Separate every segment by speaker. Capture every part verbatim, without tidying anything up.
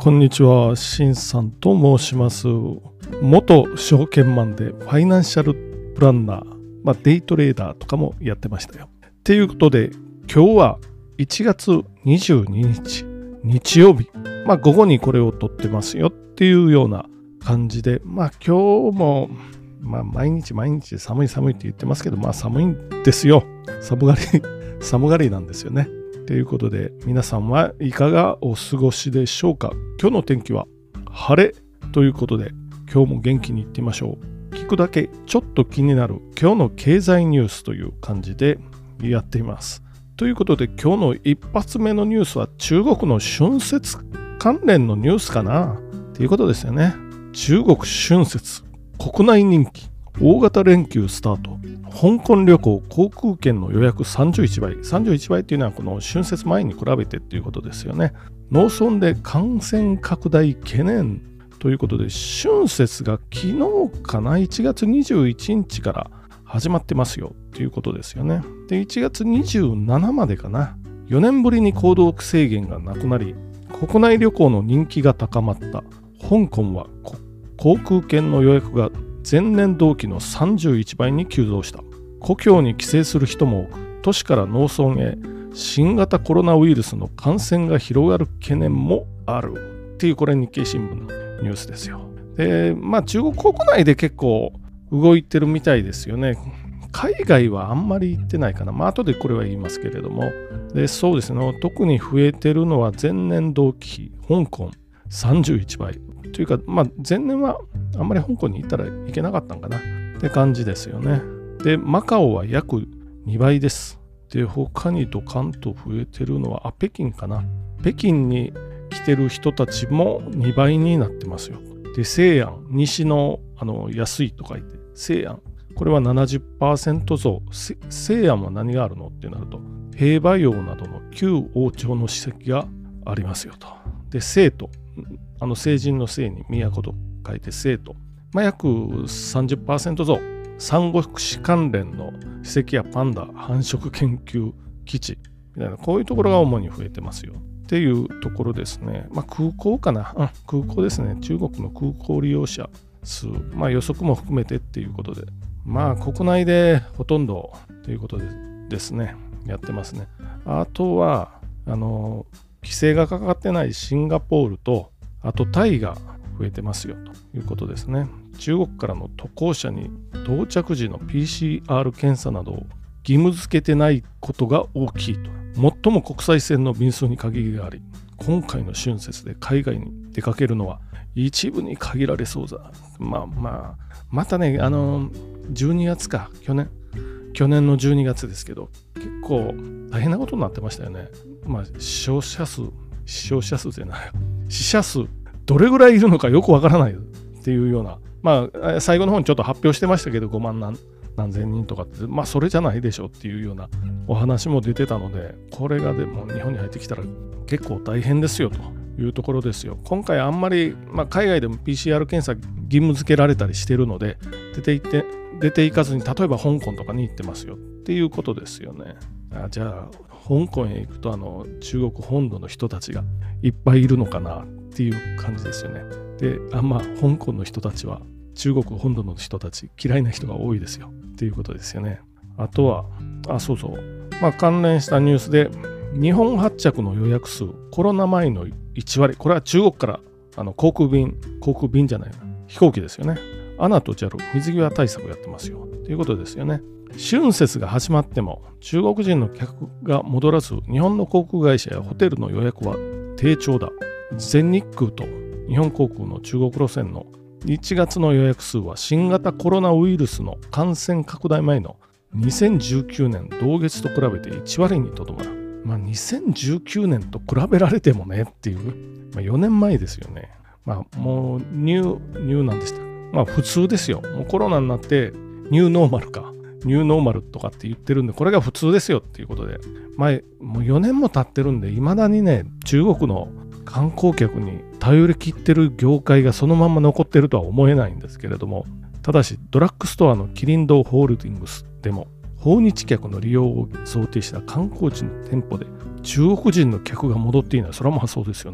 Speaker 1: こんにちは、しんさんと申します。元証券マンでファイナンシャルプランナー、まあ、デイトレーダーとかもやってましたよ。ということで、今日はいちがつにじゅうににち、日曜日、まあ、午後にこれを撮ってますよっていうような感じで、まあ今日も、まあ、毎日毎日寒い寒いって言ってますけど、まあ寒いんですよ。寒がり、寒がりなんですよね。ということで、皆さんはいかがお過ごしでしょうか。今日の天気は晴れということで、今日も元気にいってみましょう。聞くだけちょっと気になる今日の経済ニュースという感じでやっています。ということで、今日の一発目のニュースは中国の春節関連のニュースかなということですよね。中国春節、国内人気、大型連休スタート。香港旅行航空券の予約さんじゅういちばい。さんじゅういちばいっていうのはこの春節前に比べてっていうことですよね。農村で感染拡大懸念ということで、春節が昨日かな、いちがつにじゅういちにちから始まってますよということですよね。で、いちがつにじゅうしちにちまでかな。よねんぶりに行動制限がなくなり、国内旅行の人気が高まった香港は航空券の予約が前年同期のさんじゅういちばいに急増した。故郷に帰省する人も多く、都市から農村へ新型コロナウイルスの感染が広がる懸念もあるっていう、これ日経新聞のニュースですよ。で、まあ中国国内で結構動いてるみたいですよね。海外はあんまり行ってないかな。まあ後でこれは言いますけれども。で、そうですね。特に増えてるのは前年同期比、香港さんじゅういちばい。というか、まあ前年はあんまり香港に行ったらいけなかったんかなって感じですよね。で、マカオは約にばいです。で、他にドカンと増えてるのは、あ、北京かな。北京に来てる人たちもにばいになってますよ。で、西安、西の、あの安いと書いて、西安。これは ななじゅっパーセント 増。西安は何があるのってなると、兵馬俑などの旧王朝の史跡がありますよと。で、成都。あの成人の聖に都と書いて成都。まあ、約 さんじゅっパーセント 増。三国志関連の史跡やパンダ繁殖研究基地みたいな、こういうところが主に増えてますよっていうところですね。まあ空港かな、うん、空港ですね。中国の空港利用者数、まあ予測も含めてっていうことで、まあ国内でほとんどということでですね、やってますね。あとはあの規制がかかってないシンガポールと、あとタイが増えてますよということですね。中国からの渡航者に到着時の ピーシーアール 検査などを義務付けてないことが大きいと。最も国際線の便数に限りがあり、今回の春節で海外に出かけるのは一部に限られそうだ。まあまあ、またね、あの、じゅうにがつか、去年、去年のじゅうにがつですけど、結構大変なことになってましたよね。まあ、死傷者数、死傷者数じゃない、死者数、どれぐらいいるのかよくわからないっていうような、まあ、最後の方にちょっと発表してましたけど、ごまん何、何千人とかって、まあ、それじゃないでしょっていうようなお話も出てたので、これがでも日本に入ってきたら結構大変ですよというところですよ。今回あんまり、まあ、海外でも ピーシーアール 検査義務付けられたりしてるので、出て行って、出て行かずに、例えば香港とかに行ってますよっていうことですよね。あ、じゃあ、香港へ行くと、あの、中国本土の人たちがいっぱいいるのかなっていう感じですよね。で、あ、まあ、香港の人たちは、中国本土の人たち嫌いな人が多いですよっていうことですよね。あとは、あ、そうそう。まあ、関連したニュースで、日本発着の予約数、コロナ前のいちわり、これは中国からあの航空便、航空便じゃないな、飛行機ですよね。アナと ジャル、水際対策やってますよということですよね。春節が始まっても中国人の客が戻らず、日本の航空会社やホテルの予約は低調だ。全日空と日本航空の中国路線のいちがつの予約数は新型コロナウイルスの感染拡大前のにせんじゅうきゅうねん同月と比べていちわりにとどまる。まあにせんじゅうきゅうねんと比べられてもねっていう、まあ、よねんまえですよね。まあもうニュー、ニューなんでした。まあ普通ですよ。もうコロナになってニューノーマルか。ニューノーマルとかって言ってるんで、これが普通ですよっていうことで。前、もうよねんも経ってるんで、いまだにね、中国の観光客に頼り切ってる業界がそのまま残ってるとは思えないんですけれども、ただしドラッグストアのキリン堂ホールディングスでも訪日客の利用を想定した観光地の店舗で中国人の客が戻っていない。それはまあそうですよね。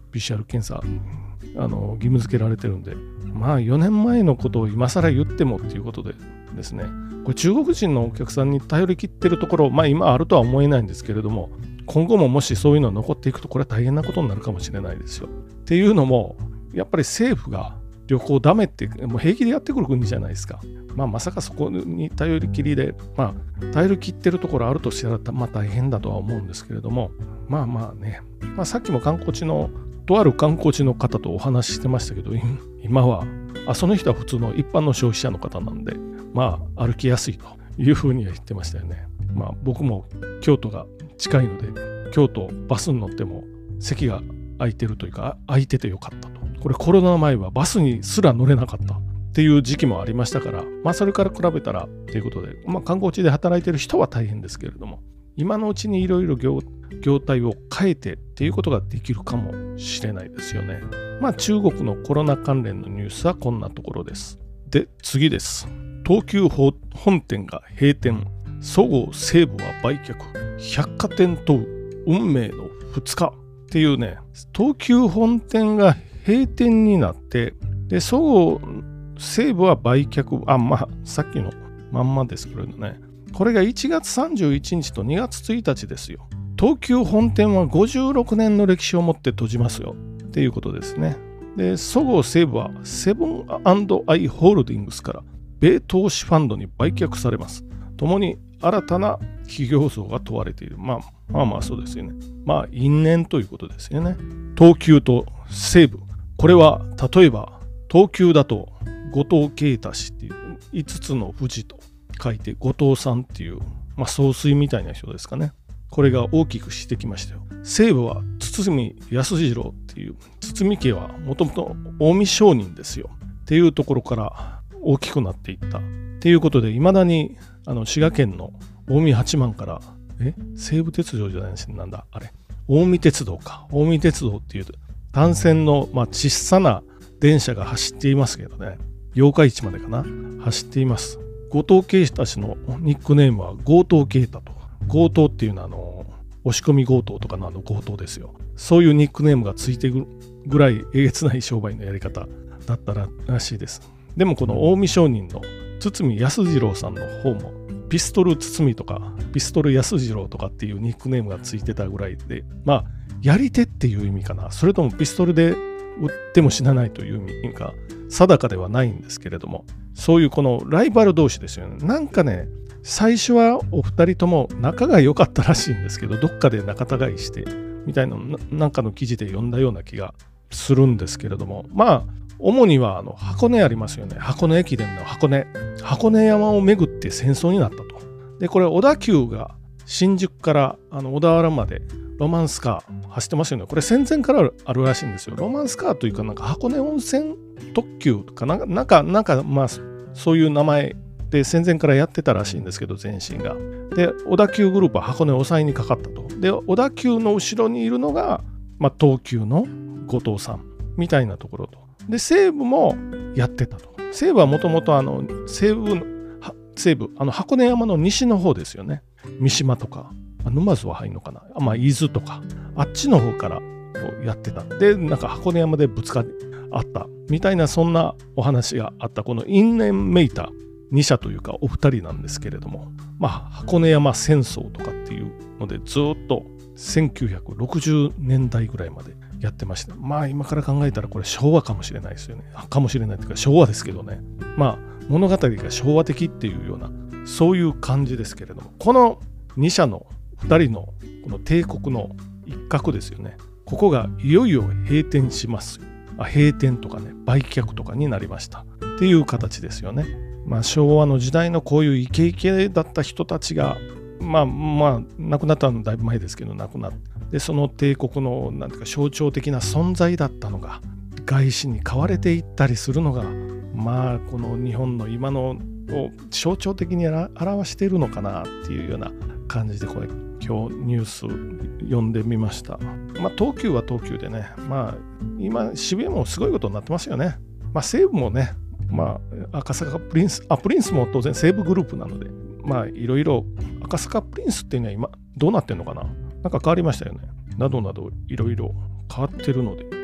Speaker 1: ピーシーアール 検査あの義務付けられてるんで、まあよねんまえのことを今更言ってもっていうことでですね、これ中国人のお客さんに頼り切ってるところ、まあ今あるとは思えないんですけれども、今後ももしそういうのが残っていくとこれは大変なことになるかもしれないですよ。っていうのもやっぱり政府が旅行ダメってもう平気でやってくる国じゃないですか。まあまさかそこに頼りきりで、まあ頼り切ってるところあるとしたらまあ大変だとは思うんですけれども、まあまあね、まあさっきも観光地のとある観光地の方とお話ししてましたけど、今はあその人は普通の一般の消費者の方なんで、まあ歩きやすいというふうには言ってましたよね。まあ僕も京都が近いので、京都バスに乗っても席が空いてるというか空いててよかったと。これコロナ前はバスにすら乗れなかったっていう時期もありましたから、まあそれから比べたらということで、まあ観光地で働いてる人は大変ですけれども、今のうちにいろいろ業業態を変えてっていうことができるかもしれないですよね。まあ中国のコロナ関連のニュースはこんなところです。で、次です。東急本店が閉店、そごう・西武は売却、百貨店と運命のふつかっていうね、東急本店が閉店になって、で、そごう・西武は売却、あ、まあ、さっきのまんまですけれどね、これがいちがつさんじゅういちにちとにがつついたちですよ。東急本店はごじゅうろくねんの歴史を持って閉じますよっていうことですね。で、そごう・西武はセブン&アイ・ホールディングスから米投資ファンドに売却されます。共に新たな企業像が問われている。まあまあまあそうですよね。まあ因縁ということですよね。東急と西武。これは例えば東急だと後藤啓太氏っていういつつの富士と書いて後藤さんっていう、まあ、総帥みたいな人ですかね。これが大きくしてきましたよ。西武は堤康次郎っていう、堤家はもともと近江商人ですよっていうところから大きくなっていったっていうことで、いまだにあの滋賀県の近江八幡からえ西武鉄道じゃないですね、なんだあれ近江鉄道か近江鉄道っていう単線の、まあ、小さな電車が走っていますけどね、八日市までかな走っています。後藤啓太氏のニックネームは強盗啓太と。強盗っていうのはあの押し込み強盗とかのあの強盗ですよ。そういうニックネームがついてくるぐらいえげつない商売のやり方だったらしいです。でもこの近江商人の堤康次郎さんの方もピストル堤とかピストル康次郎とかっていうニックネームがついてたぐらいで、まあやり手っていう意味かな、それともピストルで撃っても死なないという意味か定かではないんですけれども、そういうこのライバル同士ですよね。なんかね、最初はお二人とも仲が良かったらしいんですけど、どっかで仲違いしてみたいななんかの記事で読んだような気がするんですけれども、まあ主にはあの箱根ありますよね。箱根駅伝の箱根箱根山を巡って戦争になったと。でこれ小田急が新宿からあの小田原までロマンスカー走ってますよね。これ戦前からあるらしいんですよ。ロマンスカーというかなんか箱根温泉特急とかなんかなんかなんかまあそういう名前で戦前からやってたらしいんですけど、前身が。で小田急グループは箱根を抑えにかかったと。で小田急の後ろにいるのが、まあ、東急の後藤さんみたいなところと。で西武もやってたと。西武はもともとあの西武西武あの箱根山の西の方ですよね。三島とか沼津は入るのかな、まあ伊豆とかあっちの方からやってた。でなんか箱根山でぶつかりあったみたいな、そんなお話があったこの因縁めいたに社というかお二人なんですけれども、まあ箱根山戦争とかっていうのでずっとせんきゅうひゃくろくじゅうねんだいぐらいまでやってました。まあ今から考えたらこれ昭和かもしれないですよね。かもしれないというか昭和ですけどね。まあ物語が昭和的っていうようなそういう感じですけれども、このに社のふたりのこの帝国の一角ですよね。ここがいよいよ閉店しますよ。あ閉店とかね売却とかになりましたっていう形ですよね。まあ昭和の時代のこういうイケイケだった人たちがまあまあ亡くなったのだいぶ前ですけど亡くなって、でその帝国のなんていうか象徴的な存在だったのが外資に買われていったりするのが、まあこの日本の今のを象徴的に表しているのかなっていうような感じで、これ今日ニュース読んでみました。まあ東急は東急でね、まあ今渋谷もすごいことになってますよね。まあ西武もね、まあ赤坂プリンスあプリンスも当然西武グループなので、まあいろいろ赤坂プリンスっていうのは今どうなってんのかな、なんか変わりましたよね。などなどいろいろ変わってるので、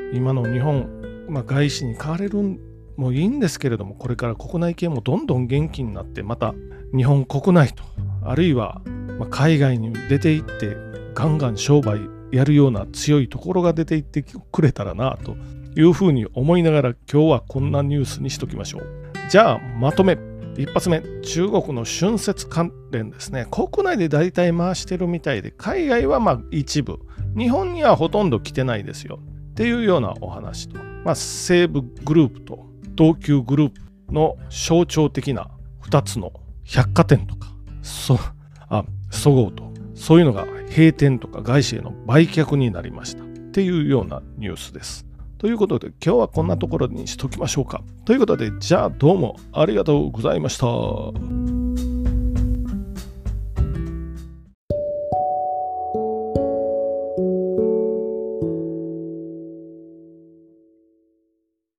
Speaker 1: 今の日本、まあ、外資に変われるんもいいんですけれども、これから国内系もどんどん元気になって、また日本国内と、あるいはまあ海外に出て行ってガンガン商売やるような強いところが出て行ってくれたらなというふうに思いながら、今日はこんなニュースにしときましょう。じゃあまとめ。一発目、中国の春節関連ですね。国内で大体回してるみたいで、海外はまあ一部、日本にはほとんど来てないですよっていうようなお話と、まあ、西武グループと東急グループの象徴的なふたつの百貨店とか、そあそごうと、そういうのが閉店とか外資への売却になりましたっていうようなニュースです。ということで今日はこんなところにしときましょうか。ということで、じゃあどうもありがとうございました。